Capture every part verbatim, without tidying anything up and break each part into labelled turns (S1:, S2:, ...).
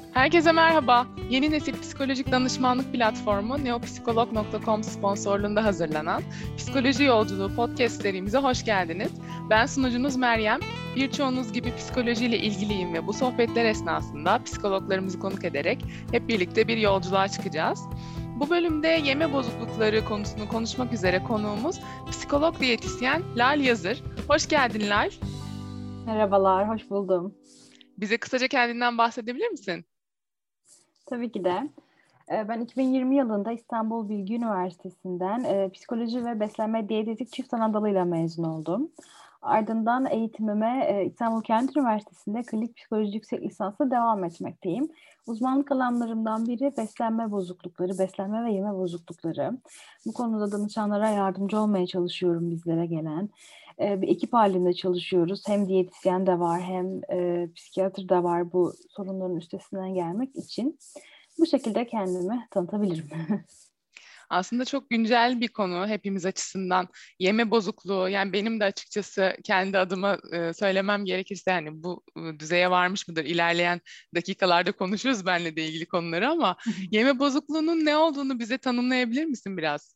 S1: Herkese merhaba. Yeni nesil psikolojik danışmanlık platformu neopsikolog nokta com sponsorluğunda hazırlanan Psikoloji Yolculuğu podcast serimize hoş geldiniz. Ben sunucunuz Meryem. Birçoğunuz gibi psikolojiyle ilgiliyim ve bu sohbetler esnasında psikologlarımızı konuk ederek hep birlikte bir yolculuğa çıkacağız. Bu bölümde yeme bozuklukları konusunu konuşmak üzere konuğumuz psikolog diyetisyen Lal Yazır. Hoş geldin Lal.
S2: Merhabalar, hoş buldum.
S1: Bize kısaca kendinden bahsedebilir misin?
S2: Tabii ki de. Ben iki bin yirmi yılında İstanbul Bilgi Üniversitesi'nden e, psikoloji ve beslenme diyetetik çift ana dalıyla mezun oldum. Ardından eğitimime e, İstanbul Kent Üniversitesi'nde klinik psikoloji yüksek lisansla devam etmekteyim. Uzmanlık alanlarımdan biri beslenme bozuklukları, beslenme ve yeme bozuklukları. Bu konuda danışanlara yardımcı olmaya çalışıyorum bizlere gelen. E, bir ekip halinde çalışıyoruz. Hem diyetisyen de var hem e, psikiyatr da var bu sorunların üstesinden gelmek için. Bu şekilde kendimi tanıtabilirim.
S1: Aslında çok güncel bir konu hepimiz açısından. Yeme bozukluğu, yani benim de açıkçası kendi adıma e, söylemem gerekirse yani bu e, düzeye varmış mıdır? İlerleyen dakikalarda konuşuruz benimle de ilgili konuları ama yeme bozukluğunun ne olduğunu bize tanımlayabilir misin biraz?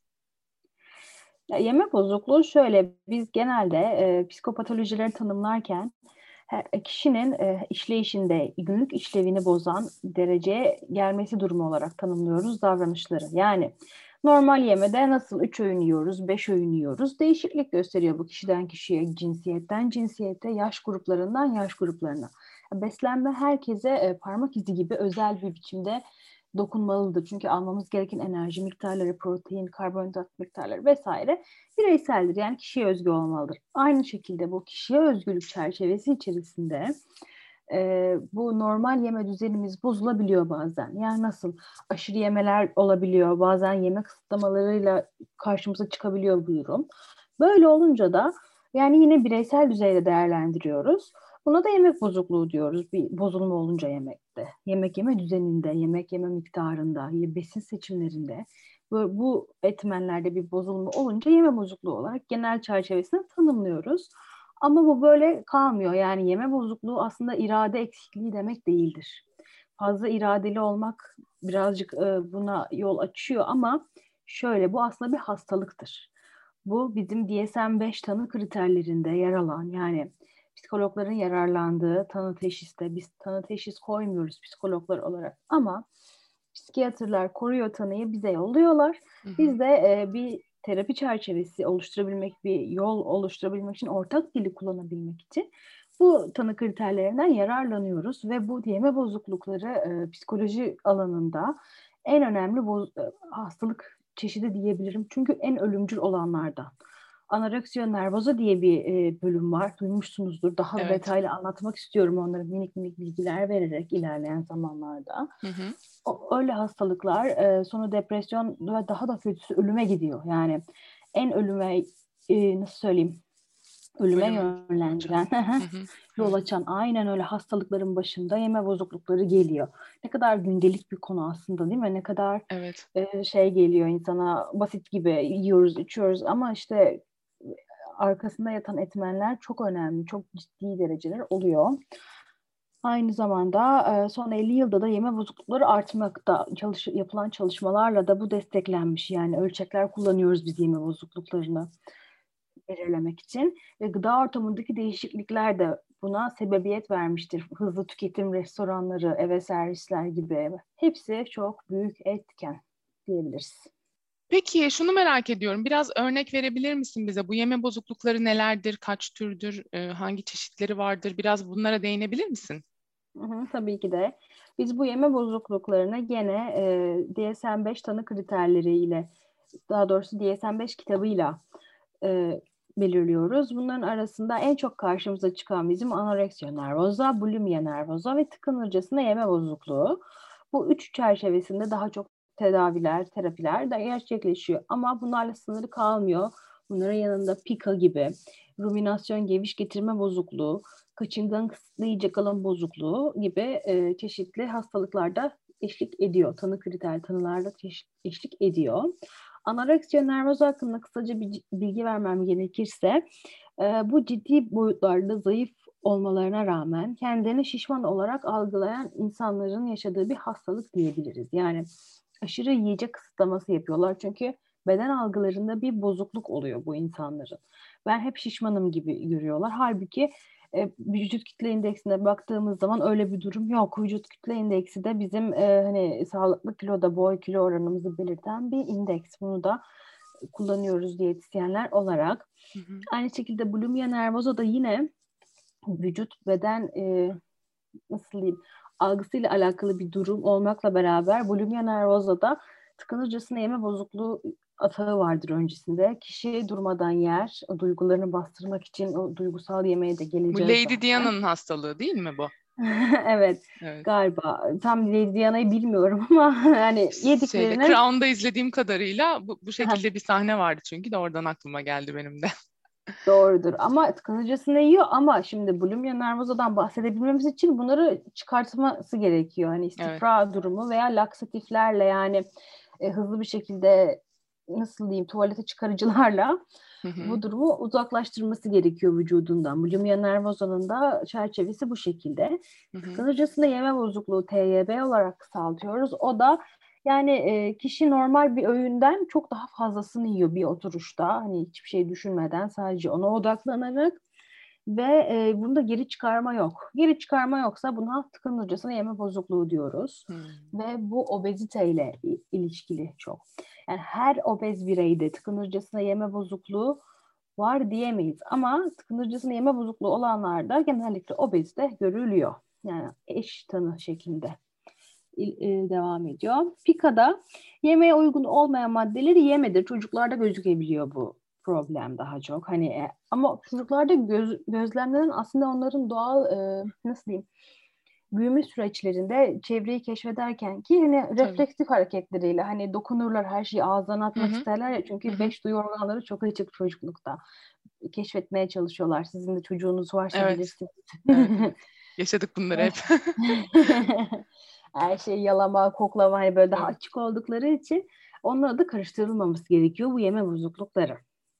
S2: Ya, yeme bozukluğu şöyle, biz genelde e, psikopatolojileri tanımlarken her, kişinin e, işleyişinde günlük işlevini bozan dereceye gelmesi durumu olarak tanımlıyoruz davranışları. Yani normal yemede nasıl üç öğün yiyoruz, beş öğün yiyoruz, değişiklik gösteriyor bu kişiden kişiye, cinsiyetten cinsiyete, yaş gruplarından yaş gruplarına. Beslenme herkese e, parmak izi gibi özel bir biçimde dokunmalıdır. Çünkü almamız gereken enerji miktarları, protein, karbonhidrat miktarları vesaire bireyseldir. Yani kişiye özgü olmalıdır. Aynı şekilde bu kişiye özgürlük çerçevesi içerisinde e, bu normal yeme düzenimiz bozulabiliyor bazen. Yani nasıl? Aşırı yemeler olabiliyor. Bazen yeme kısıtlamalarıyla karşımıza çıkabiliyor bu durum. Böyle olunca da yani yine bireysel düzeyde değerlendiriyoruz. Buna da yemek bozukluğu diyoruz. Bir bozulma olunca yemekte. Yemek yeme düzeninde, yemek yeme miktarında, besin seçimlerinde bu, bu etmenlerde bir bozulma olunca yeme bozukluğu olarak genel çerçevesinde tanımlıyoruz. Ama bu böyle kalmıyor. Yani yeme bozukluğu aslında irade eksikliği demek değildir. Fazla iradeli olmak birazcık e, buna yol açıyor ama şöyle, bu aslında bir hastalıktır. Bu bizim D S M beş tanı kriterlerinde yer alan, yani psikologların yararlandığı tanı teşhiste, biz tanı teşhis koymuyoruz psikologlar olarak ama psikiyatrlar koruyor tanıyı, bize yolluyorlar.
S1: Hı hı.
S2: Biz de e, bir terapi çerçevesi oluşturabilmek, bir yol oluşturabilmek için, ortak dili kullanabilmek için bu tanı kriterlerinden yararlanıyoruz ve bu yeme bozuklukları e, psikoloji alanında en önemli boz- e, hastalık çeşidi diyebilirim. Çünkü en ölümcül olanlardan. Anoreksiya nervoza diye bir e, bölüm var. Duymuşsunuzdur. Daha da
S1: Evet.
S2: detaylı anlatmak istiyorum onları, minik minik bilgiler vererek ilerleyen zamanlarda.
S1: Hı hı.
S2: O, öyle hastalıklar e, sonra depresyon ve daha da kötüsü ölüme gidiyor. Yani en ölüme e, nasıl söyleyeyim? Ölüme
S1: Ölüm hocam.
S2: yönlendiren,
S1: Hı hı.
S2: yol
S1: Evet.
S2: açan aynen öyle hastalıkların başında yeme bozuklukları geliyor. Ne kadar gündelik bir konu aslında, değil mi? Ne kadar
S1: Evet.
S2: e, şey geliyor insana, basit gibi yiyoruz, içiyoruz ama işte arkasında yatan etmenler çok önemli, çok ciddi dereceler oluyor. Aynı zamanda e, son elli yılda da yeme bozuklukları artmakta. Çalış, yapılan çalışmalarla da bu desteklenmiş. Yani ölçekler kullanıyoruz biz yeme bozukluklarını belirlemek için. Ve gıda ortamındaki değişiklikler de buna sebebiyet vermiştir. Hızlı tüketim restoranları, eve servisler gibi. Hepsi çok büyük etken diyebiliriz.
S1: Peki şunu merak ediyorum. Biraz örnek verebilir misin bize? Bu yeme bozuklukları nelerdir? Kaç türdür? E, hangi çeşitleri vardır? Biraz bunlara değinebilir misin?
S2: Hı hı, tabii ki de. Biz bu yeme bozukluklarına gene e, D S M beş tanı kriterleriyle, daha doğrusu D S M beş kitabıyla e, belirliyoruz. Bunların arasında en çok karşımıza çıkan bizim anoreksiya nervoza, bulimia nervoza ve tıkanırcasına yeme bozukluğu. Bu üç çerçevesinde daha çok tedaviler, terapiler de gerçekleşiyor. Ama bunlarla sınırı kalmıyor. Bunların yanında pika gibi, ruminasyon geviş getirme bozukluğu, kaçıngan kısıtlayıcı alım bozukluğu gibi e, çeşitli hastalıklarda eşlik ediyor. Tanı kriter tanılarda eşlik ediyor. Anoreksiya nervoza hakkında kısaca bir bilgi vermem gerekirse, e, bu ciddi boyutlarda zayıf olmalarına rağmen kendilerini şişman olarak algılayan insanların yaşadığı bir hastalık diyebiliriz. Yani aşırı yiyecek kısıtlaması yapıyorlar çünkü beden algılarında bir bozukluk oluyor bu insanların. Ben hep şişmanım gibi görüyorlar. Halbuki e, vücut kitle indeksine baktığımız zaman öyle bir durum yok. Vücut kitle indeksi de bizim e, hani sağlıklı kiloda boy kilo oranımızı belirten bir indeks. Bunu da kullanıyoruz diyetisyenler olarak.
S1: Hı hı.
S2: Aynı şekilde bulimia nervosa da yine vücut beden e, nasıl diyeyim algısıyla alakalı bir durum olmakla beraber bulimia nervosa da tıkanırcasına yeme bozukluğu atağı vardır öncesinde. Kişi durmadan yer, o duygularını bastırmak için o duygusal yemeğe de
S1: Bu
S2: geleceğiz
S1: Lady
S2: zaten.
S1: Diana'nın hastalığı değil mi bu?
S2: Evet,
S1: Evet.
S2: galiba. Tam Lady Diana'yı bilmiyorum ama yani
S1: Şeyde,
S2: yediklerine
S1: Crown'da izlediğim kadarıyla bu, bu şekilde bir sahne vardı çünkü de oradan aklıma geldi benim de.
S2: doğrudur ama tıkanıcısını yiyor ama şimdi bulimia nervosa'dan bahsedebilmemiz için bunları çıkartması gerekiyor. Hani
S1: Evet.
S2: istifra durumu veya laksatiflerle yani e, hızlı bir şekilde nasıl diyeyim tuvalete çıkarıcılarla
S1: Hı hı.
S2: bu durumu uzaklaştırması gerekiyor vücudundan. Bulimia nervosa'nın da çerçevesi bu şekilde.
S1: Hı hı.
S2: Tıkanıcısında yeme bozukluğu T Y B olarak kısaltıyoruz. O da yani e, kişi normal bir öğünden çok daha fazlasını yiyor bir oturuşta. Hani hiçbir şey düşünmeden sadece ona odaklanarak ve e, bunda geri çıkarma yok. Geri çıkarma yoksa buna tıkanırcasına yeme bozukluğu diyoruz.
S1: Hı.
S2: Ve bu obeziteyle ilişkili çok. Yani her obez bireyde tıkanırcasına yeme bozukluğu var diyemeyiz. Ama tıkanırcasına yeme bozukluğu olanlarda genellikle obezite görülüyor. Yani eş tanı şeklinde devam ediyor. Pika'da yemeğe uygun olmayan maddeleri yemedir. Çocuklarda gözükebiliyor bu problem daha çok. Hani e, ama çocuklarda göz, gözlemlenen aslında onların doğal e, nasıl diyeyim büyüme süreçlerinde çevreyi keşfederken ki hani
S1: Tabii.
S2: refleksif hareketleriyle hani dokunurlar her şeyi ağızlarına
S1: Hı
S2: atmak
S1: hı.
S2: isterler ya
S1: Hı
S2: çünkü
S1: hı.
S2: beş duyu organları çok açık çocuklukta keşfetmeye çalışıyorlar. Sizin de çocuğunuz varsa
S1: Evet.
S2: bilirsiniz.
S1: Evet, evet. Yaşadık bunları hep.
S2: Her şey yalama, koklama hani böyle daha
S1: Evet.
S2: açık oldukları için onlara da karıştırılmaması gerekiyor bu yeme bozuklukları.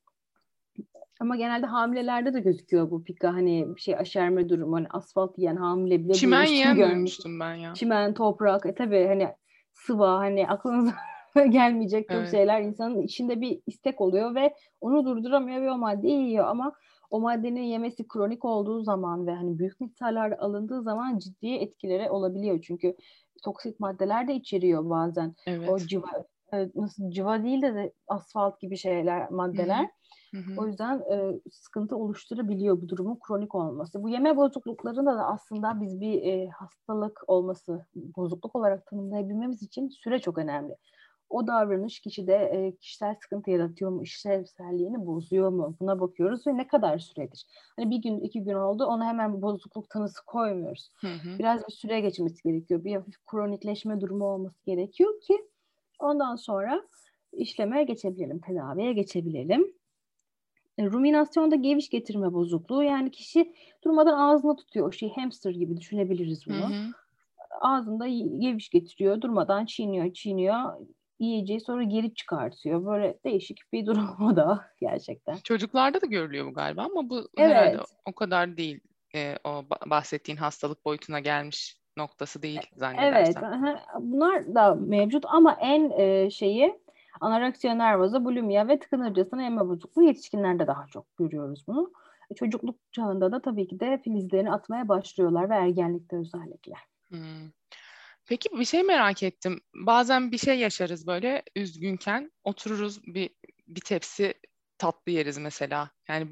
S2: Ama genelde hamilelerde de gözüküyor bu pika hani bir şey aşerme durumu hani asfalt yiyen hamile bile
S1: Çimen
S2: duymuştum
S1: yiyen
S2: görmüştüm.
S1: duymuştum ben ya.
S2: Çimen, toprak e tabii hani sıva hani aklınıza gelmeyecek çok
S1: Evet.
S2: şeyler insanın içinde bir istek oluyor ve onu durduramıyor ve o maddeyi yiyor ama o maddenin yemesi kronik olduğu zaman ve hani büyük miktarlarda alındığı zaman ciddi etkileri olabiliyor. Çünkü toksik maddeler de içeriyor bazen. O
S1: Evet.
S2: civa, e, nasıl civa değil de, de asfalt gibi şeyler,
S1: Hı hı.
S2: maddeler.
S1: Hı hı.
S2: O yüzden e, sıkıntı oluşturabiliyor bu durumun kronik olması. Bu yeme bozukluklarında da aslında biz bir e, hastalık olması, bozukluk olarak tanımlayabilmemiz için süre çok önemli. O davranış kişide e, kişisel sıkıntı yaratıyor mu, işlevselliğini bozuyor mu? Buna bakıyoruz ve ne kadar süredir? Hani bir gün, iki gün oldu, ona hemen bozukluk tanısı koymuyoruz.
S1: Hı hı.
S2: Biraz bir süre geçmesi gerekiyor. Bir hafif kronikleşme durumu olması gerekiyor ki ondan sonra işlemeye geçebilelim, tedaviye geçebilelim. Ruminasyonda geviş getirme bozukluğu yani kişi durmadan ağzına tutuyor o şeyi hamster gibi düşünebiliriz
S1: Hı
S2: bunu.
S1: hı.
S2: Ağzında geviş getiriyor durmadan çiğniyor çiğniyor yiyeceği sonra geri çıkartıyor. Böyle değişik bir durum o da gerçekten.
S1: Çocuklarda da görülüyor bu galiba ama bu herhalde
S2: Evet.
S1: o kadar değil. Ee, o ba- bahsettiğin hastalık boyutuna gelmiş noktası değil
S2: Evet.
S1: zannedersem.
S2: Aha, bunlar da mevcut ama en e, şeyi anoreksiya nervosa, bulimia ve tıkanırcasına yeme bozukluğu yetişkinlerde daha çok görüyoruz bunu. E, Çocukluk çağında da tabii ki de filizlerini atmaya başlıyorlar ve ergenlikte özellikle.
S1: Hmm. Peki bir şey merak ettim. Bazen bir şey yaşarız böyle üzgünken otururuz bir bir tepsi tatlı yeriz mesela. Yani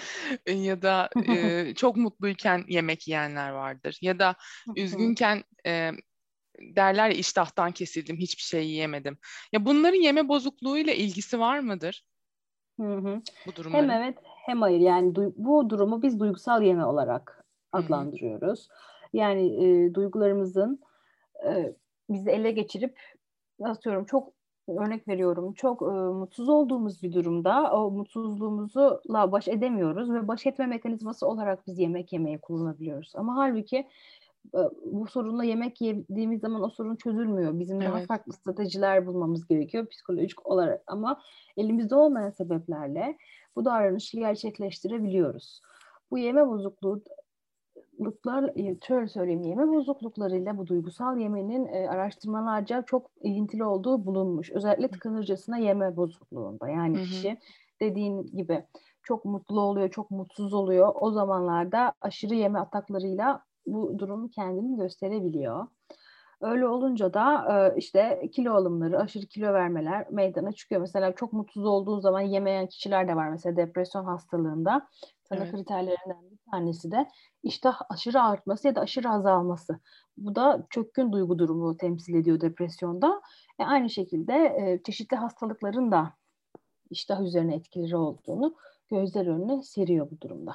S1: ya da e, çok mutluyken yemek yiyenler vardır. Ya da üzgünken e, derler ya iştahtan kesildim, hiçbir şey yiyemedim. Ya bunların yeme bozukluğuyla ilgisi var mıdır
S2: Hı hı.
S1: bu
S2: Hem
S1: durumların?
S2: evet hem hayır. Yani du- bu durumu biz duygusal yeme olarak
S1: Hı hı.
S2: adlandırıyoruz. Yani e, duygularımızın e, bizi ele geçirip atıyorum çok örnek veriyorum çok e, mutsuz olduğumuz bir durumda o mutsuzluğumuzla baş edemiyoruz ve baş etme mekanizması olarak biz yemek yemeye kullanabiliyoruz. Ama halbuki e, bu sorunla yemek yediğimiz zaman o sorun çözülmüyor. Bizim daha
S1: Evet.
S2: farklı stratejiler bulmamız gerekiyor psikolojik olarak ama elimizde olmayan sebeplerle bu davranışı gerçekleştirebiliyoruz. Bu yeme bozukluğu bozukluklar, şöyle söyleyeyim, yeme bozukluklarıyla bu duygusal yemenin e, araştırmalarca çok ilintili olduğu bulunmuş. Özellikle tıkanırcasına yeme bozukluğunda.
S1: Hı
S2: Yani
S1: hı.
S2: kişi dediğin gibi çok mutlu oluyor, çok mutsuz oluyor. O zamanlarda aşırı yeme ataklarıyla bu durum kendini gösterebiliyor. Öyle olunca da e, işte kilo alımları, aşırı kilo vermeler meydana çıkıyor. Mesela çok mutsuz olduğu zaman yemeyen kişiler de var. Mesela depresyon hastalığında tanı
S1: Evet.
S2: kriterlerinden bir tanesi de iştah aşırı artması ya da aşırı azalması. Bu da çökkün duygu durumu temsil ediyor depresyonda. E, aynı şekilde e, çeşitli hastalıkların da iştah üzerine etkileri olduğunu gözler önüne seriyor bu durumda.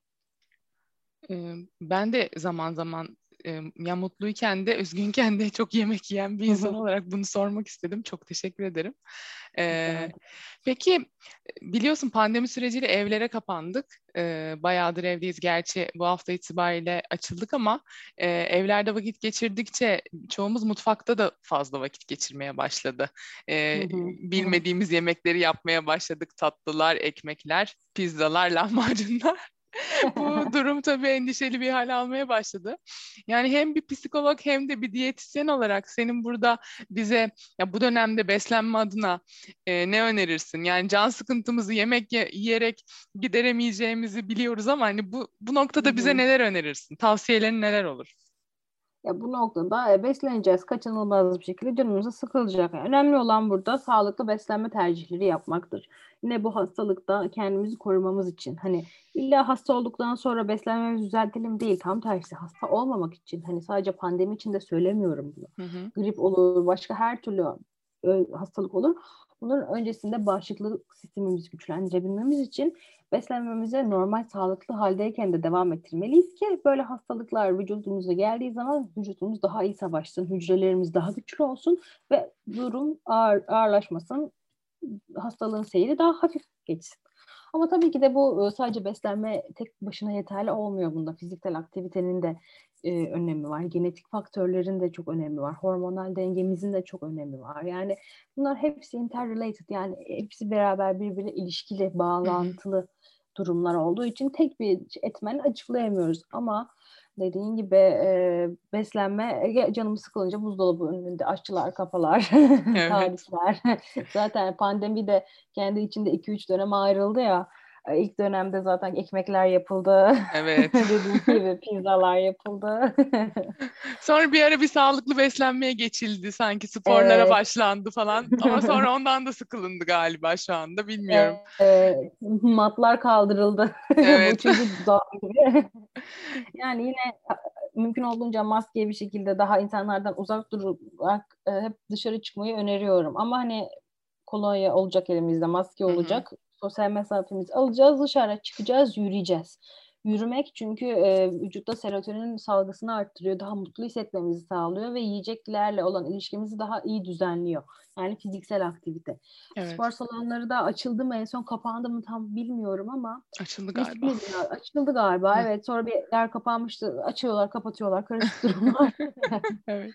S1: Ee, Ben de zaman zaman e, ya mutluyken de üzgünken de çok yemek yiyen bir insan olarak bunu sormak istedim. Çok teşekkür ederim.
S2: Rica
S1: Ee,
S2: ederim.
S1: peki biliyorsun pandemi süreciyle evlere kapandık. Ee, bayağıdır evdeyiz. Gerçi bu hafta itibariyle açıldık ama e, evlerde vakit geçirdikçe çoğumuz mutfakta da fazla vakit geçirmeye başladı.
S2: Hı
S1: Ee,
S2: hı.
S1: bilmediğimiz yemekleri yapmaya başladık. Tatlılar, ekmekler, pizzalar, lahmacunlar. Bu durum tabii endişeli bir hal almaya başladı. Yani hem bir psikolog hem de bir diyetisyen olarak senin burada bize ya bu dönemde beslenme adına e, ne önerirsin? Yani can sıkıntımızı yemek ye- yiyerek gideremeyeceğimizi biliyoruz ama hani bu bu
S2: Hı
S1: noktada bize
S2: hı.
S1: neler önerirsin? Tavsiyelerin neler olur?
S2: Ya bu noktada e, besleneceğiz kaçınılmaz bir şekilde canımıza sıkılacak. Yani önemli olan burada sağlıklı beslenme tercihleri yapmaktır. Yine bu hastalıkta kendimizi korumamız için hani illa hasta olduktan sonra beslenmemizi düzeltelim değil, tam tersi hasta olmamak için, hani sadece pandemi için de söylemiyorum bunu.
S1: Hı hı.
S2: Grip olur, başka her türlü e, hastalık olur. Bunun öncesinde bağışıklık sistemimizi güçlendirebilmemiz için beslenmemize normal sağlıklı haldeyken de devam ettirmeliyiz ki böyle hastalıklar vücudumuza geldiği zaman vücudumuz daha iyi savaşsın, hücrelerimiz daha güçlü olsun ve durum ağır, ağırlaşmasın, hastalığın seyri daha hafif geçsin. Ama tabii ki de bu sadece beslenme tek başına yeterli olmuyor bunda. Fiziksel aktivitenin de e, önemi var. Genetik faktörlerin de çok önemi var. Hormonal dengemizin de çok önemi var. Yani bunlar hepsi interrelated, yani hepsi beraber birbirine ilişkili,
S1: Hı hı.
S2: bağlantılı durumlar olduğu için tek bir etmen açıklayamıyoruz. Ama dediğin gibi e, beslenme, e, canımız sıkılınca buzdolabı önünde aşçılar, kafalar,
S1: Evet.
S2: tarifler. Zaten pandemi de kendi içinde iki üç döneme ayrıldı ya. E, İlk dönemde zaten ekmekler yapıldı.
S1: Evet.
S2: Dediğim gibi pizzalar yapıldı.
S1: Sonra bir ara bir sağlıklı beslenmeye geçildi. Sanki sporlara
S2: Evet.
S1: başlandı falan. Ama sonra ondan da sıkılındı galiba şu anda. Bilmiyorum.
S2: Evet. Matlar kaldırıldı. Bu
S1: Evet.
S2: üçüncü dalga. Yani yine mümkün olduğunca maskeye bir şekilde daha insanlardan uzak durarak e, hep dışarı çıkmayı öneriyorum. Ama hani kolonya olacak elimizde, maske
S1: Hı hı.
S2: olacak. Sosyal mesafemizi alacağız, dışarı çıkacağız, yürüyeceğiz. Yürümek çünkü e, vücutta serotonin salgısını arttırıyor, daha mutlu hissetmemizi sağlıyor ve yiyeceklerle olan ilişkimizi daha iyi düzenliyor. Yani fiziksel aktivite. Spor
S1: Evet.
S2: salonları da açıldı mı, en son kapandı mı tam bilmiyorum ama
S1: Açıldı galiba.
S2: riskli ya. Açıldı galiba.
S1: Hı.
S2: Evet. Sonra bir yer kapanmıştı. Açıyorlar, kapatıyorlar. Karışık durumlar.
S1: Evet.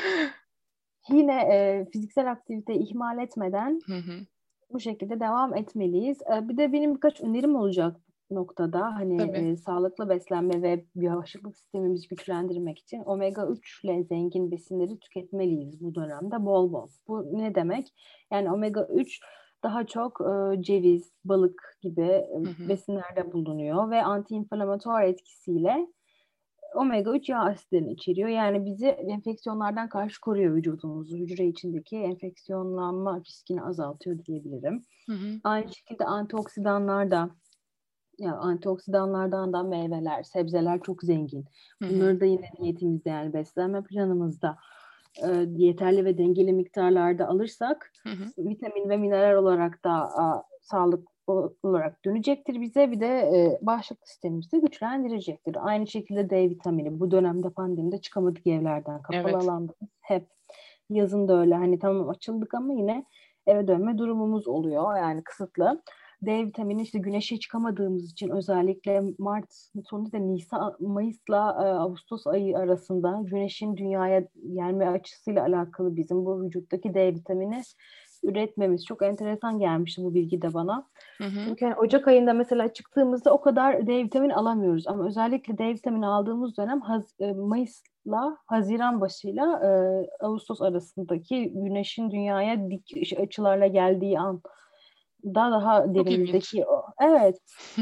S2: Yine e, fiziksel aktiviteyi ihmal etmeden
S1: Hı hı.
S2: bu şekilde devam etmeliyiz. E, bir de benim birkaç önerim olacak bu noktada. Hani
S1: Tabii.
S2: e, sağlıklı beslenme ve bağışıklık sistemimizi güçlendirmek için omega üç ile zengin besinleri tüketmeliyiz bu dönemde bol bol. Bu ne demek? Yani omega üç daha çok e, ceviz, balık gibi e,
S1: Hı hı.
S2: besinlerde bulunuyor ve antiinflamatuar etkisiyle omega üç yağ asitlerini içeriyor. Yani bizi enfeksiyonlardan karşı koruyor vücudumuzu. Hücre içindeki enfeksiyonlanma riskini azaltıyor diyebilirim.
S1: Hı hı.
S2: Aynı şekilde antioksidanlar da, ya antioksidanlardan da meyveler, sebzeler çok zengin.
S1: Hı hı.
S2: Bunları da yine diyetimizde, yani beslenme planımızda e, yeterli ve dengeli miktarlarda alırsak
S1: Hı hı.
S2: vitamin ve mineral olarak da a, sağlık olarak dönecektir bize. Bir de e, bağışıklık sistemimizi güçlendirecektir. Aynı şekilde D vitamini. Bu dönemde pandemide çıkamadık evlerden. Kapalı
S1: Evet.
S2: alanda hep. Yazın da öyle. Hani tamam açıldık ama yine eve dönme durumumuz oluyor. Yani kısıtlı. D vitamini işte güneşe çıkamadığımız için özellikle Mart sonu da Nisan, Mayıs'la e, Ağustos ayı arasında güneşin dünyaya gelme açısıyla alakalı bizim bu vücuttaki D vitamini üretmemiz çok enteresan gelmişti bu bilgi de bana.
S1: Hı hı.
S2: Çünkü hani Ocak ayında mesela çıktığımızda o kadar D vitamini alamıyoruz. Ama özellikle D vitamini aldığımız dönem Haz- e, Mayıs'la Haziran başıyla e, Ağustos arasındaki güneşin dünyaya dik açılarla geldiği an daha daha
S1: Çok ilginç.
S2: derimizdeki o, evet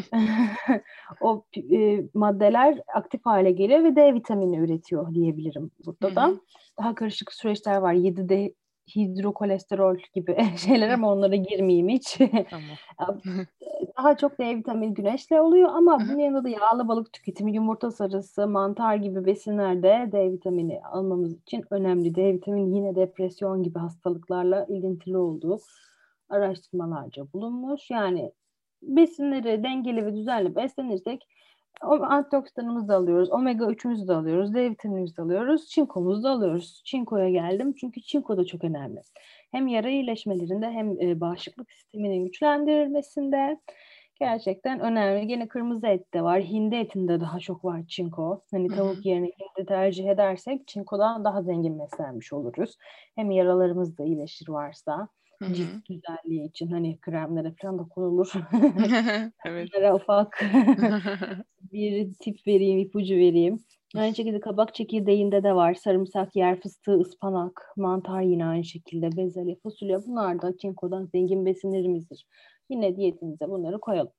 S2: o e, maddeler aktif hale geliyor ve D vitamini üretiyor diyebilirim
S1: Hı
S2: burada da.
S1: hı.
S2: Daha karışık süreçler var. yedi de hidrokolesterol gibi şeyler
S1: Hı.
S2: ama onlara girmeyeyim hiç.
S1: Tamam.
S2: Daha çok D vitamini güneşle oluyor
S1: Hı
S2: ama bunun
S1: hı.
S2: yanında da yağlı balık tüketimi, yumurta sarısı, mantar gibi besinlerde D vitamini almamız için önemli. D vitamini yine depresyon gibi hastalıklarla ilintili olduğu araştırmalarca bulunmuş. Yani besinleri dengeli ve düzenli beslenirsek o- antioksidanımızı da alıyoruz, omega üçümüzü de alıyoruz, D vitaminimizi de alıyoruz, çinkomuzu da alıyoruz. Çinkoya geldim çünkü çinko da çok önemli. Hem yara iyileşmelerinde hem e, bağışıklık sisteminin güçlendirilmesinde gerçekten önemli. Gene kırmızı ette var, hindi etinde daha çok var çinko. Hani
S1: Hı
S2: tavuk
S1: hı.
S2: yerine hindi tercih edersek çinkodan daha zengin beslenmiş oluruz. Hem yaralarımız da iyileşir varsa.
S1: Hı
S2: Cilt
S1: hı.
S2: güzelliği için hani kremlere falan da konulur.
S1: Evet.
S2: Bunlara ufak bir tip vereyim, ipucu vereyim. Aynı şekilde kabak çekirdeğinde de var. Sarımsak, yer fıstığı, ıspanak, mantar yine aynı şekilde. Bezelye, fasulye bunlar da çinkodan zengin besinlerimizdir. Yine diyetimize bunları koyalım.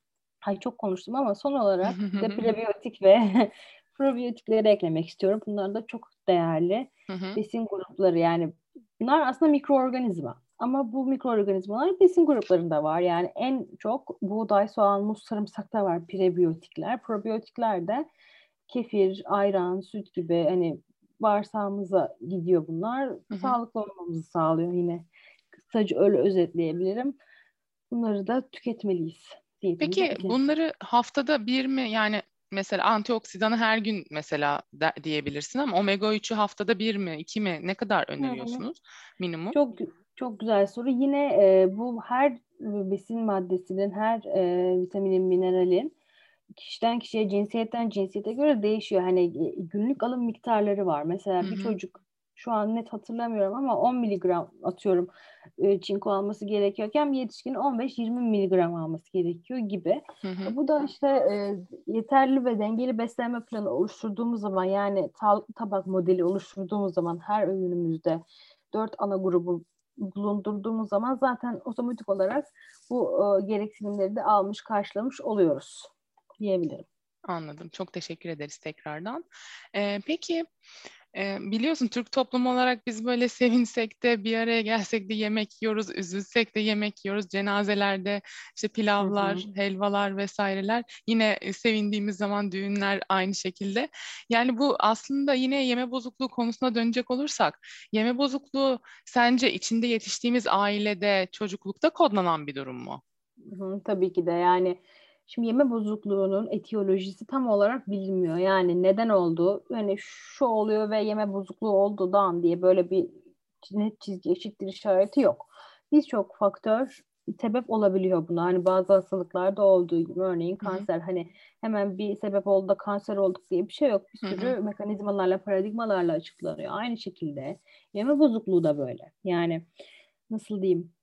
S2: Ay çok konuştum ama son olarak bir de prebiyotik ve probiyotikleri eklemek istiyorum. Bunlar da çok değerli
S1: Hı hı.
S2: besin grupları yani bunlar aslında mikroorganizma. Ama bu mikroorganizmalar besin gruplarında var. Yani en çok buğday, soğan, muz, sarımsakta var prebiyotikler. Probiyotikler de kefir, ayran, süt gibi hani bağırsağımıza gidiyor bunlar.
S1: Hı hı.
S2: Sağlıklı olmamızı sağlıyor yine. Kısaca öyle özetleyebilirim. Bunları da tüketmeliyiz. Diyetimize
S1: Peki
S2: eklemeliyiz.
S1: bunları haftada bir mi, yani mesela antioksidanı her gün mesela de- diyebilirsin ama omega üçü haftada bir mi, iki mi, ne kadar
S2: Hı hı.
S1: öneriyorsunuz minimum?
S2: Çok çok güzel soru. Yine e, bu her besin maddesinin, her e, vitaminin, mineralin kişiden kişiye, cinsiyetten cinsiyete göre değişiyor. Hani e, günlük alım miktarları var.
S1: Hı
S2: Mesela bir
S1: hı.
S2: çocuk şu an net hatırlamıyorum ama on miligram atıyorum e, çinko alması gerekiyorken bir yetişkinin on beş yirmi miligram alması gerekiyor gibi.
S1: Hı hı.
S2: Bu da işte e, yeterli ve dengeli beslenme planı oluşturduğumuz zaman yani sağlıklı tabak modeli oluşturduğumuz zaman her öğünümüzde dört ana grubu bulundurduğumuz zaman zaten otomatik olarak bu e, gereksinimleri de almış, karşılamış oluyoruz diyebilirim.
S1: Anladım. Çok teşekkür ederiz tekrardan. Ee, peki e, biliyorsun Türk toplumu olarak biz böyle sevinsek de bir araya gelsek de yemek yiyoruz, üzülsek de yemek yiyoruz. Cenazelerde işte
S2: Hı
S1: pilavlar,
S2: hı.
S1: helvalar vesaireler. Yine e, sevindiğimiz zaman düğünler aynı şekilde. Yani bu aslında yine yeme bozukluğu konusuna dönecek olursak, yeme bozukluğu sence içinde yetiştiğimiz ailede, çocuklukta kodlanan bir durum mu?
S2: Hı, tabii ki de yani şimdi yeme bozukluğunun etiyolojisi tam olarak bilinmiyor. Yani neden oldu? Yani şu oluyor ve yeme bozukluğu oldu dan diye böyle bir net çizgi eşittir işareti yok. Birçok faktör sebep olabiliyor buna. Hani bazı hastalıklarda olduğu gibi örneğin
S1: Hı hı.
S2: kanser hani hemen bir sebep oldu da kanser olduk diye bir şey yok. Bir
S1: Hı hı.
S2: sürü mekanizmalarla, paradigmalarla açıklanıyor. Aynı şekilde yeme bozukluğu da böyle. Yani nasıl diyeyim?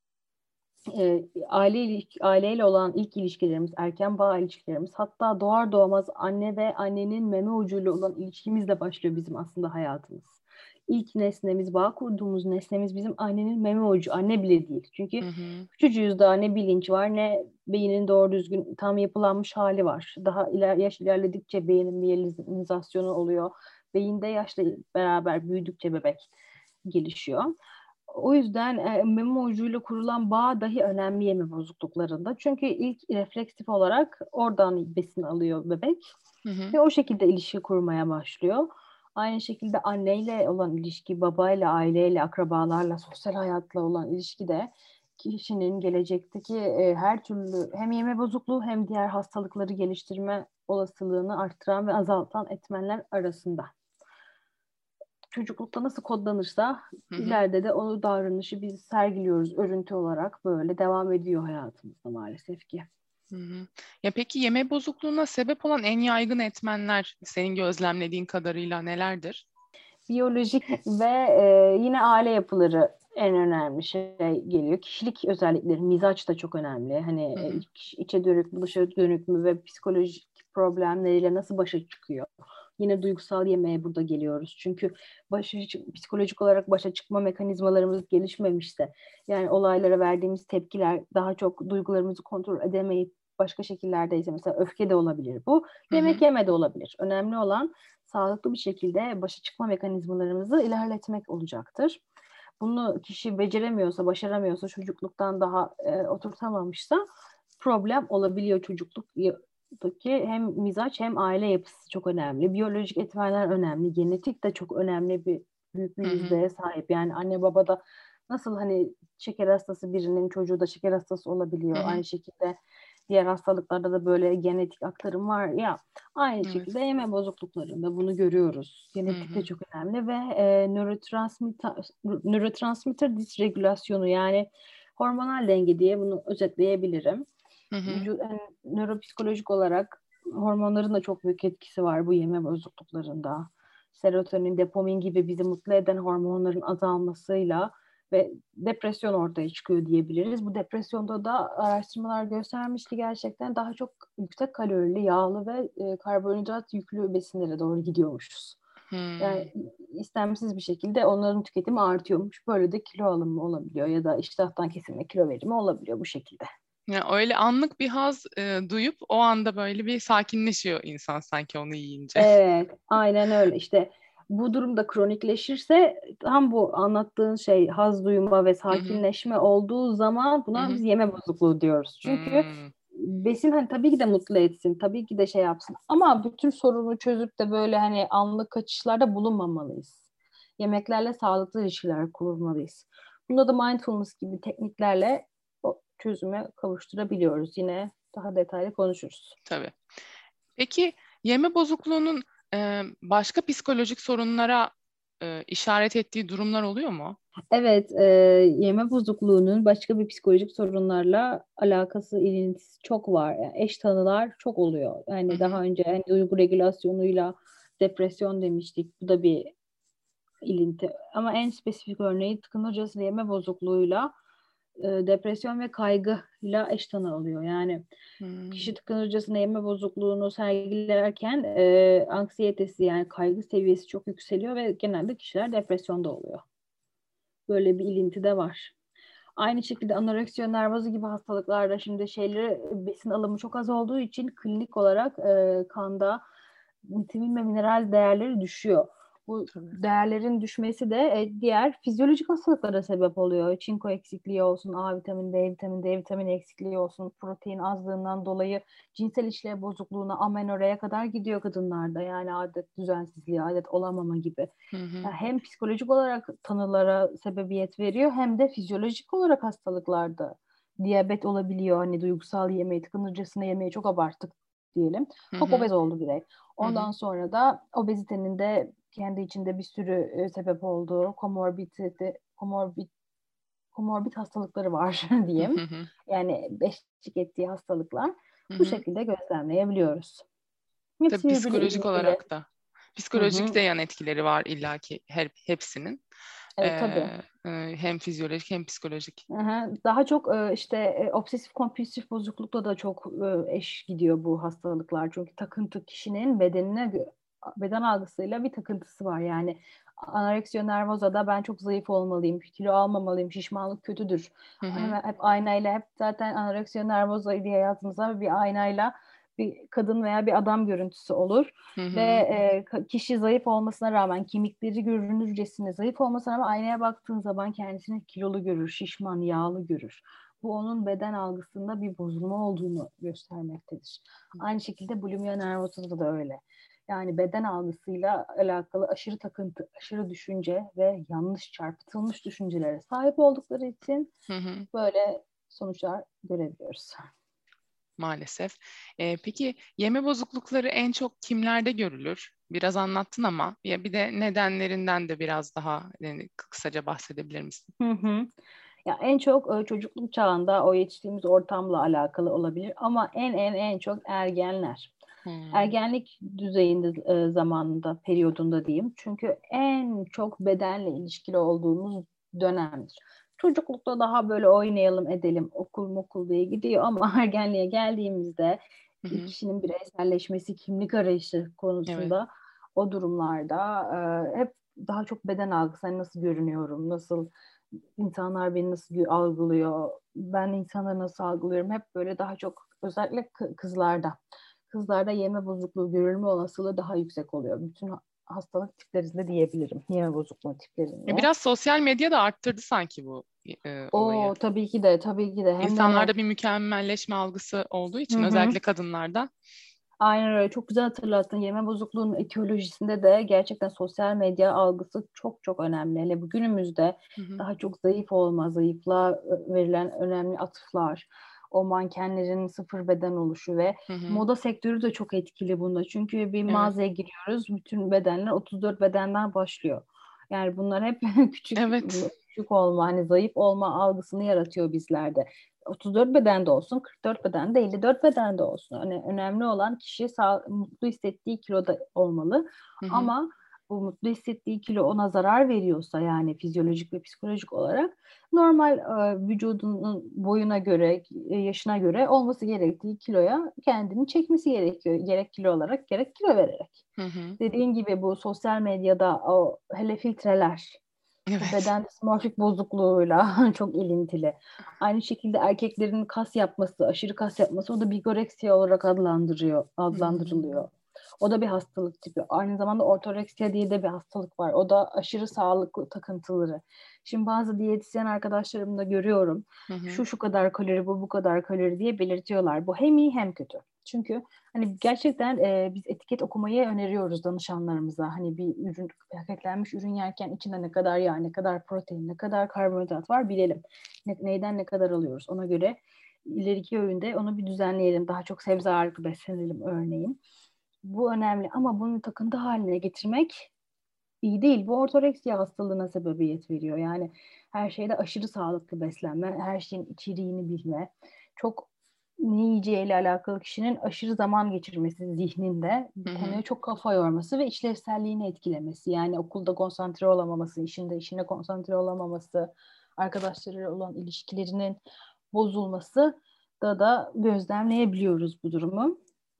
S2: e, aile iliş- aileyle olan ilk ilişkilerimiz, erken bağ ilişkilerimiz, hatta doğar doğmaz anne ve annenin meme ucuyla olan ilişkimizle başlıyor bizim aslında hayatımız. İlk nesnemiz, bağ kurduğumuz nesnemiz bizim annenin meme ucu, anne bile değil. Çünkü
S1: Hı hı.
S2: küçücüğüz daha ne bilinç var ne beynin doğru düzgün tam yapılanmış hali var. Daha iler, yaş ilerledikçe beynin miyelinizasyonu oluyor. Beyinde yaşla beraber büyüdükçe bebek gelişiyor. O yüzden e, meme ucuyla kurulan bağ dahi önemli yeme bozukluklarında. Çünkü ilk refleksif olarak oradan besin alıyor bebek
S1: Hı hı.
S2: ve o şekilde ilişki kurmaya başlıyor. Aynı şekilde anneyle olan ilişki, babayla, aileyle, akrabalarla, sosyal hayatla olan ilişki de kişinin gelecekteki e, her türlü hem yeme bozukluğu hem diğer hastalıkları geliştirme olasılığını arttıran ve azaltan etmenler arasında. Çocuklukta nasıl kodlanırsa
S1: Hı hı.
S2: ileride de o davranışı biz sergiliyoruz örüntü olarak böyle devam ediyor hayatımızda maalesef ki.
S1: Hı hı. Ya peki yeme bozukluğuna sebep olan en yaygın etmenler senin gözlemlediğin kadarıyla nelerdir?
S2: Biyolojik ve e, yine aile yapıları en önemli şey geliyor. Kişilik özellikleri, mizaç da çok önemli. Hani
S1: Hı hı.
S2: iç, içe dönük mü, dışa dönük mü ve psikolojik problemleriyle nasıl başa çıkıyor? Yine duygusal yemeğe burada geliyoruz. Çünkü başa, psikolojik olarak başa çıkma mekanizmalarımız gelişmemişse, yani olaylara verdiğimiz tepkiler daha çok duygularımızı kontrol edemeyip başka şekillerdeyse, mesela öfke de olabilir bu.
S1: Hı
S2: Yemek
S1: hı.
S2: yeme de olabilir. Önemli olan sağlıklı bir şekilde başa çıkma mekanizmalarımızı ilerletmek olacaktır. Bunu kişi beceremiyorsa, başaramıyorsa, çocukluktan daha e, oturtamamışsa problem olabiliyor çocukluktaki hem mizaç hem aile yapısı çok önemli. Biyolojik etmenler önemli. Genetik de çok önemli bir büyük bir
S1: Hı hı.
S2: yüzdeye sahip. Yani anne babada nasıl hani şeker hastası birinin çocuğu da şeker hastası
S1: Hı
S2: olabiliyor.
S1: hı.
S2: Aynı şekilde diğer hastalıklarda da böyle genetik aktarım var ya. Aynı
S1: Evet.
S2: şekilde yeme bozukluklarında bunu görüyoruz.
S1: Hı
S2: Genetik de
S1: hı.
S2: çok önemli ve e, nörotransmitter, nörotransmitter disregülasyonu, yani hormonal denge diye bunu özetleyebilirim.
S1: Hı hı.
S2: Vücut, yani nöropsikolojik olarak hormonların da çok büyük etkisi var bu yeme bozukluklarında. Serotonin, dopamin gibi bizi mutlu eden hormonların azalmasıyla ve depresyon ortaya çıkıyor diyebiliriz. Bu depresyonda da araştırmalar göstermiş ki gerçekten daha çok yüksek kalorili, yağlı ve e, karbonhidrat yüklü besinlere doğru gidiyormuşuz.
S1: Hı.
S2: Yani istemsiz bir şekilde onların tüketimi artıyormuş. Böyle de kilo alımı olabiliyor ya da iştahtan kesilme, kilo verimi olabiliyor bu şekilde.
S1: Ya öyle anlık bir haz e, duyup o anda böyle bir sakinleşiyor insan sanki onu yiyince.
S2: Evet, aynen öyle. İşte bu durumda kronikleşirse tam bu anlattığın şey haz duyma ve
S1: Hı hı.
S2: sakinleşme olduğu zaman
S1: Hı
S2: buna
S1: hı.
S2: biz yeme bozukluğu diyoruz. Çünkü
S1: Hı.
S2: besin hani tabii ki de mutlu etsin, tabii ki de şey yapsın ama bütün sorunu çözüp de böyle hani anlık kaçışlarda bulunmamalıyız. Yemeklerle sağlıklı ilişkiler kurmalıyız. Bunda da mindfulness gibi tekniklerle o çözüme kavuşturabiliyoruz. Yine daha detaylı konuşuruz.
S1: Tabii. Peki yeme bozukluğunun e, başka psikolojik sorunlara e, işaret ettiği durumlar oluyor mu?
S2: Evet, e, yeme bozukluğunun başka bir psikolojik sorunlarla alakası, ilintisi çok var. Yani eş tanılar çok oluyor.
S1: Hı
S2: Yani
S1: hı.
S2: daha önce hani duygu regülasyonuyla depresyon demiştik. Bu da bir ilinti. Ama en spesifik örneği tıkınırcası yeme bozukluğuyla e, depresyon ve kaygıyla eş tanı oluyor. Yani
S1: Hı.
S2: kişi tıkınırcasına yeme bozukluğunu sergilerken e, anksiyetesi, yani kaygı seviyesi çok yükseliyor ve genelde kişiler depresyonda oluyor. Böyle bir ilinti de var. Aynı şekilde anoreksiya nervozu gibi hastalıklarda şimdi şeyleri, besin alımı çok az olduğu için klinik olarak e, kanda vitamin ve mineral değerleri düşüyor. Bu
S1: Tabii.
S2: değerlerin düşmesi de e, diğer fizyolojik hastalıklara sebep oluyor. Çinko eksikliği olsun, A vitamini, D vitamini, D vitamini eksikliği olsun, protein azlığından dolayı cinsel işlev bozukluğuna, amenoreye kadar gidiyor kadınlarda. Yani adet düzensizliği, adet olamama gibi.
S1: Hı hı.
S2: Yani hem psikolojik olarak tanılara sebebiyet veriyor hem de fizyolojik olarak hastalıklarda diyabet olabiliyor. Hani duygusal yemeği, tıkınırcasına yemeği çok abarttık diyelim.
S1: Hı
S2: Çok
S1: hı.
S2: obez oldu birey.
S1: Hı
S2: Ondan
S1: hı.
S2: sonra da obezitenin de kendi içinde bir sürü e, sebep olduğu komorbidite, komorbid, komorbid hastalıkları var
S1: Hı
S2: diyeyim.
S1: hı.
S2: Yani beşlik ettiği hastalıklar
S1: Hı
S2: bu
S1: hı.
S2: şekilde gözlemleyebiliyoruz. Hepsi
S1: Tabii
S2: birbiriyle
S1: psikolojik
S2: ilintili.
S1: olarak da.
S2: Hı
S1: Psikolojik de
S2: hı.
S1: yan etkileri var illaki her, hepsinin. Ee,
S2: Evet, tabii.
S1: e, hem fizyolojik hem psikolojik.
S2: Aha, daha çok e, işte e, obsesif kompulsif bozuklukla da çok e, eş gidiyor bu hastalıklar. Çünkü takıntı kişinin bedenine gö- beden algısıyla bir takıntısı var. Yani anoreksiya nervoza'da ben çok zayıf olmalıyım, kilo almamalıyım, şişmanlık kötüdür.
S1: Hı hı.
S2: Hemen hep aynayla, hep zaten anoreksiya nervoza diye hayatımızda bir aynayla bir kadın veya bir adam görüntüsü olur.
S1: Hı
S2: Ve
S1: hı.
S2: e, kişi zayıf olmasına rağmen, kemikleri görünürcesine zayıf olmasına rağmen aynaya baktığın zaman kendisini kilolu görür, şişman, yağlı görür. Bu onun beden algısında bir bozulma olduğunu göstermektedir. Aynı şekilde bulimia nervosa'da da öyle. Yani beden algısıyla alakalı aşırı takıntı, aşırı düşünce ve yanlış çarpıtılmış düşüncelere sahip oldukları için
S1: Hı hı.
S2: böyle sonuçlar görebiliyoruz.
S1: Maalesef. Ee, peki yeme bozuklukları en çok kimlerde görülür? Biraz anlattın ama ya bir de nedenlerinden de biraz daha yani kısaca bahsedebilir misin?
S2: Hı hı. Ya en çok e, çocukluk çağında o yetiştiğimiz ortamla alakalı olabilir ama en en en çok ergenler.
S1: Hmm.
S2: Ergenlik düzeyinde e, zamanında, periyodunda diyeyim. Çünkü en çok bedenle ilişkili olduğumuz dönemdir. Çocuklukta daha böyle oynayalım edelim, okul mokul diye gidiyor ama ergenliğe geldiğimizde
S1: Hı hı.
S2: kişinin bireyselleşmesi, kimlik arayışı
S1: Evet.
S2: konusunda o durumlarda e, hep daha çok beden algısı, hani nasıl görünüyorum, nasıl insanlar beni nasıl gö- algılıyor, ben insanları nasıl algılıyorum, hep böyle daha çok özellikle kı- kızlarda. Kızlarda yeme bozukluğu görülme olasılığı daha yüksek oluyor. Bütün ha- hastalık tiplerinde diyebilirim. Yeme bozukluğu
S1: E,
S2: tiplerinde.
S1: Biraz sosyal medya da arttırdı sanki bu e, olayı.
S2: O tabii ki de, tabii ki de, hem de hani
S1: İnsanlarda bir mükemmelleşme algısı olduğu
S2: hı
S1: için
S2: hı.
S1: özellikle kadınlarda.
S2: Aynen öyle. Çok güzel hatırlattın. Yeme bozukluğunun etiyolojisinde de gerçekten sosyal medya algısı çok çok önemli. Hele bugünümüzde
S1: Hı hı.
S2: daha çok zayıf olma, zayıflığa verilen önemli atıflar, o mankenlerin sıfır beden oluşu ve
S1: Hı hı.
S2: moda sektörü de çok etkili bunda. Çünkü bir
S1: Evet.
S2: mağazaya giriyoruz, bütün bedenler otuz dört bedenden başlıyor. Yani bunlar hep küçük
S1: Evet.
S2: küçük olma, hani zayıf olma algısını yaratıyor bizlerde. otuz dört bedende olsun, kırk dört bedende, elli dört bedende olsun. Hani önemli olan kişi sağ, mutlu hissettiği kiloda olmalı.
S1: Hı hı.
S2: Ama bu mutlu hissettiği kilo ona zarar veriyorsa, yani fizyolojik ve psikolojik olarak, normal e, vücudunun boyuna göre, e, yaşına göre olması gerektiği kiloya kendini çekmesi gerekiyor. Gerek kilo olarak, gerek kilo vererek.
S1: Hı hı.
S2: Dediğin gibi bu sosyal medyada o hele filtreler, bu
S1: Evet.
S2: beden dismorfik bozukluğuyla çok ilintili. Aynı şekilde erkeklerin kas yapması, aşırı kas yapması, o da bigoreksiya olarak adlandırıyor,
S1: Hmm.
S2: adlandırılıyor. O da bir hastalık tipi. Aynı zamanda ortoreksiya diye de bir hastalık var. O da aşırı sağlıklı takıntıları. Şimdi bazı diyetisyen arkadaşlarımda görüyorum.
S1: Hı hı.
S2: Şu şu kadar kalori, bu bu kadar kalori diye belirtiyorlar. Bu hem iyi hem kötü. Çünkü hani gerçekten e, biz etiket okumayı öneriyoruz danışanlarımıza. Hani bir ürün, paketlenmiş ürün yerken içinde ne kadar yağ, ne kadar protein, ne kadar karbonhidrat var bilelim. Ne, neyden ne kadar alıyoruz. Ona göre ileriki öğünde onu bir düzenleyelim. Daha çok sebze ağırlıklı beslenelim örneğin. Bu önemli ama bunu takıntı haline getirmek iyi değil. Bu ortoreksiya hastalığına sebebiyet veriyor. Yani her şeyde aşırı sağlıklı beslenme, her şeyin içeriğini bilme, çok ne yiyeceğiyle alakalı kişinin aşırı zaman geçirmesi zihninde,
S1: Hı
S2: bu
S1: hı.
S2: konuya çok kafa yorması ve işlevselliğini etkilemesi. Yani okulda konsantre olamaması, işinde işine konsantre olamaması, arkadaşlarıyla olan ilişkilerinin bozulması da da gözlemleyebiliyoruz bu durumu.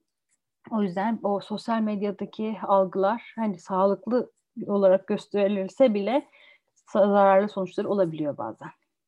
S2: O yüzden o sosyal medyadaki algılar hani sağlıklı olarak gösterilirse bile zararlı sonuçları olabiliyor bazen.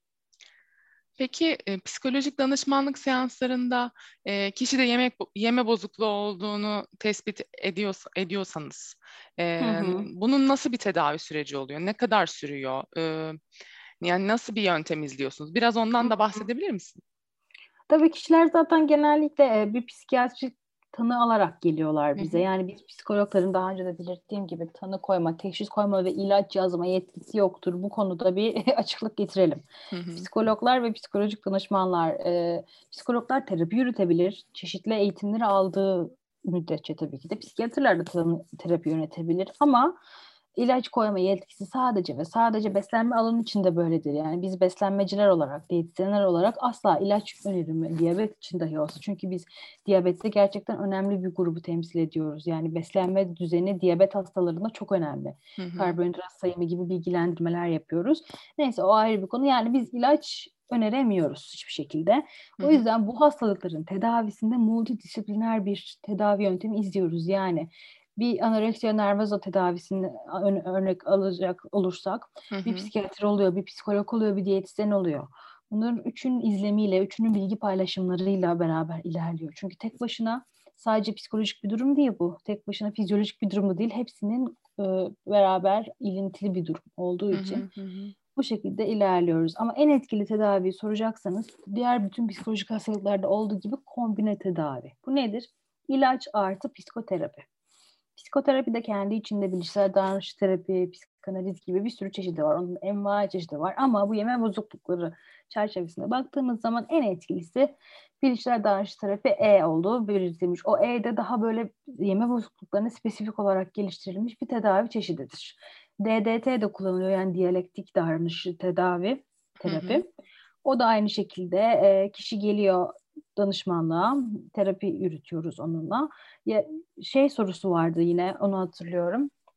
S1: Peki e, psikolojik danışmanlık seanslarında e, kişide yemek yeme bozukluğu olduğunu tespit ediyorsa, ediyorsanız
S2: Hı
S1: e,
S2: hı.
S1: bunun nasıl bir tedavi süreci oluyor? Ne kadar sürüyor? E, yani nasıl bir yöntem izliyorsunuz? Biraz
S2: Hı
S1: ondan da
S2: hı.
S1: bahsedebilir misin?
S2: Tabii kişiler zaten genellikle e, bir psikiyatrik tanı alarak
S1: Hı
S2: geliyorlar bize.
S1: hı.
S2: Yani biz psikologların daha önce de belirttiğim gibi tanı koyma, teşhis koyma ve ilaç yazma yetkisi yoktur. Bu konuda bir açıklık getirelim.
S1: Hı hı.
S2: Psikologlar ve psikolojik danışmanlar, e, psikologlar terapi yürütebilir. Çeşitli eğitimleri aldığı müddetçe tabii ki de psikiyatrlar da tanı- terapi yönetebilir. Ama ilaç koyma yetkisi sadece ve sadece beslenme alanı içinde böyledir. Yani biz beslenmeciler olarak, diyetisyenler olarak asla ilaç önerimi diyabet için dahi olsa. Çünkü biz diyabette gerçekten önemli bir grubu temsil ediyoruz. Yani beslenme düzeni diyabet hastalarında çok önemli.
S1: Hı hı.
S2: Karbonhidrat sayımı gibi bilgilendirmeler yapıyoruz. Neyse, o ayrı bir konu. Yani biz ilaç öneremiyoruz hiçbir şekilde.
S1: Hı
S2: O
S1: hı.
S2: yüzden bu hastalıkların tedavisinde multidisipliner bir tedavi yöntemi izliyoruz. Yani bir anoreksiya nervoza tedavisini örnek alacak olursak
S1: Hı
S2: bir
S1: hı.
S2: psikiyatr oluyor, bir psikolog oluyor, bir diyetisyen oluyor. Bunların üçünün izlemiyle, üçünün bilgi paylaşımlarıyla beraber ilerliyor. Çünkü tek başına sadece psikolojik bir durum değil bu. Tek başına fizyolojik bir durum da değil. Hepsinin e, beraber ilintili bir durum olduğu
S1: Hı
S2: için
S1: hı. Hı hı.
S2: bu şekilde ilerliyoruz. Ama en etkili tedaviyi soracaksanız diğer bütün psikolojik hastalıklarda olduğu gibi kombine tedavi. Bu nedir? İlaç artı psikoterapi. Psikoterapi de kendi içinde bilişsel davranış terapi, psikanaliz gibi bir sürü çeşidi var. Onun envai çeşidi var. Ama bu yeme bozuklukları çerçevesinde baktığımız zaman en etkilisi bilişsel davranış terapi E olduğu belirtilmiş. O E'de daha böyle yeme bozukluklarına spesifik olarak geliştirilmiş bir tedavi çeşididir. D D T de kullanılıyor, yani diyalektik davranış tedavi,
S1: Hı hı.
S2: terapi. O da aynı şekilde e, kişi geliyor danışmanlığa, terapi yürütüyoruz onunla. Ya, şey sorusu vardı, yine onu hatırlıyorum.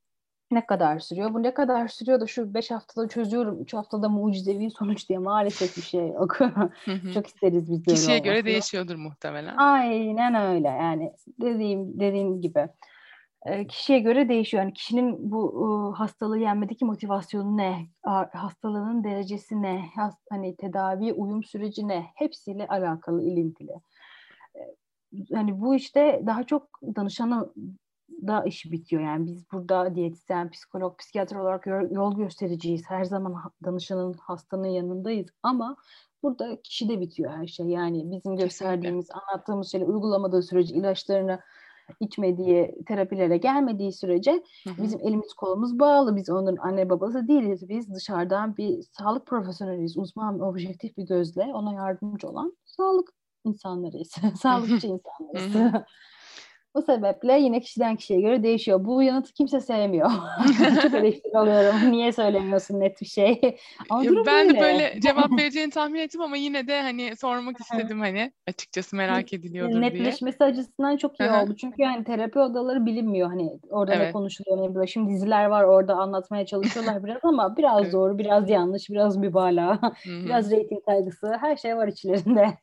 S2: Ne kadar sürüyor? Bu ne kadar sürüyor da şu beş haftada çözüyorum, üç haftada mucizevi sonuç diye maalesef bir şey yok.
S1: Hı hı.
S2: Çok isteriz biz böyle
S1: Kişiye göre
S2: olmasını.
S1: değişiyordur muhtemelen.
S2: Aynen öyle yani dediğim dediğim gibi. E, kişiye göre değişiyor. Yani kişinin bu e, hastalığı yenmedeki motivasyonu ne? A- Hastalığının derecesi ne? Has- hani tedavi uyum süreci ne? Hepsiyle alakalı, ilintili. E, Hani bu işte daha çok danışanın da işi bitiyor. Yani biz burada diyetisyen, psikolog, psikiyatr olarak yol yol göstericiyiz. Her zaman ha- danışanın, hastanın yanındayız. Ama burada kişide bitiyor her şey. Yani bizim
S1: Kesinlikle.
S2: gösterdiğimiz, anlattığımız şeyleri uygulamadığı sürece, ilaçlarını içmediği, terapilere gelmediği sürece
S1: Hı hı.
S2: bizim elimiz kolumuz bağlı. Biz onların anne babası değiliz. Biz dışarıdan bir sağlık profesyoneliyiz. Uzman, objektif bir gözle ona yardımcı olan sağlık insanlarıyız.
S1: Hı hı.
S2: Sağlıkçı
S1: Hı hı.
S2: insanlarız. Bu sebeple yine kişiden kişiye göre değişiyor. Bu yanıtı kimse sevmiyor. Çok eleştiri alıyorum. Niye söylemiyorsun net bir şey? Ama durum
S1: Ben de
S2: böyle.
S1: böyle cevap vereceğini tahmin ettim ama yine de hani sormak istedim, hani açıkçası merak ediliyordur diye.
S2: Netleşmesi açısından çok
S1: Hı
S2: iyi
S1: hı.
S2: oldu. Çünkü yani terapi odaları bilinmiyor. Hani orada ne
S1: Evet.
S2: konuşuluyor ne böyle. Şimdi diziler var orada anlatmaya çalışıyorlar biraz ama biraz
S1: Evet.
S2: doğru, biraz yanlış, biraz mübalağa,
S1: Hı hı.
S2: biraz reyting kaygısı. Her şey var içlerinde.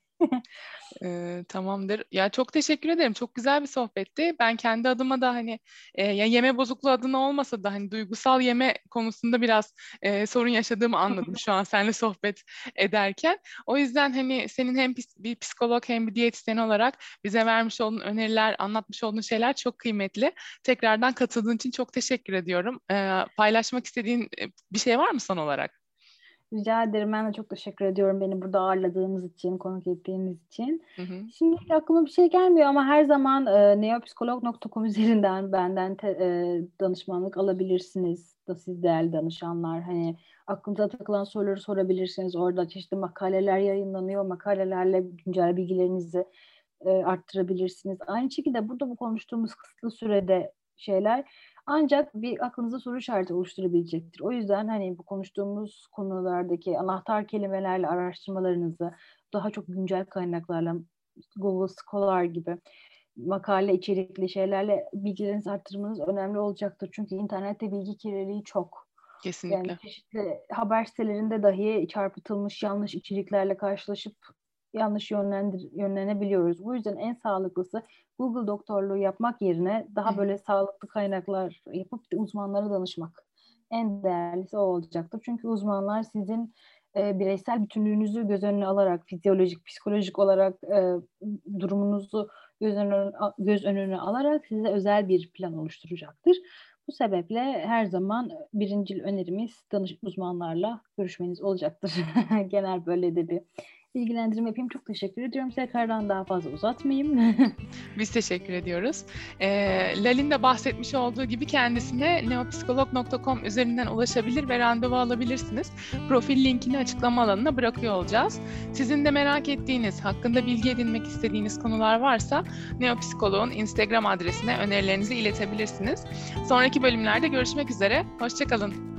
S1: Ee, tamamdır. Ya çok teşekkür ederim. Çok güzel bir sohbetti. Ben kendi adıma da hani e, ya yeme bozukluğu adına olmasa da hani duygusal yeme konusunda biraz e, sorun yaşadığımı anladım şu an seninle sohbet ederken. O yüzden hani senin hem pis- bir psikolog hem bir diyetisyen olarak bize vermiş olduğun öneriler, anlatmış olduğun şeyler çok kıymetli. Tekrardan katıldığın için çok teşekkür ediyorum. Ee, paylaşmak istediğin e, bir şey var mı son olarak?
S2: Rica ederim. Ben de çok teşekkür ediyorum beni burada ağırladığınız için, konuk ettiğiniz için.
S1: Hı hı.
S2: Şimdi aklıma bir şey gelmiyor ama her zaman e, neopsikolog nokta com üzerinden benden te- e, danışmanlık alabilirsiniz. Da siz değerli danışanlar. Hani aklınıza takılan soruları sorabilirsiniz. Orada çeşitli makaleler yayınlanıyor. Makalelerle güncel bilgilerinizi e, arttırabilirsiniz. Aynı şekilde burada bu konuştuğumuz kısıtlı sürede şeyler ancak bir aklınıza soru işareti oluşturabilecektir. O yüzden hani bu konuştuğumuz konulardaki anahtar kelimelerle araştırmalarınızı daha çok güncel kaynaklarla Google Scholar gibi makale içerikli şeylerle bilgilerinizi arttırmanız önemli olacaktır. Çünkü internette bilgi kirliliği çok. Yani
S1: Kesinlikle.
S2: çeşitli haber sitelerinde dahi çarpıtılmış yanlış içeriklerle karşılaşıp yanlış yönlendir yönlenebiliyoruz. Bu yüzden en sağlıklısı Google doktorluğu yapmak yerine
S1: Hı
S2: daha
S1: hı.
S2: böyle sağlıklı kaynaklar yapıp uzmanlara danışmak. En değerlisi o olacaktır. Çünkü uzmanlar sizin e, bireysel bütünlüğünüzü göz önüne alarak, fizyolojik, psikolojik olarak e, durumunuzu göz önüne, göz önüne alarak size özel bir plan oluşturacaktır. Bu sebeple her zaman birincil önerimiz danış uzmanlarla görüşmeniz olacaktır. Genel böyle de bir bilgilendirme yapayım. Çok teşekkür ediyorum. Tekrardan daha fazla uzatmayayım.
S1: Biz teşekkür ediyoruz. Ee, Lalin de bahsetmiş olduğu gibi kendisine neopsikolog nokta com üzerinden ulaşabilir ve randevu alabilirsiniz. Profil linkini açıklama alanına bırakıyor olacağız. Sizin de merak ettiğiniz, hakkında bilgi edinmek istediğiniz konular varsa Neopsikolog'un Instagram adresine önerilerinizi iletebilirsiniz. Sonraki bölümlerde görüşmek üzere. Hoşça kalın.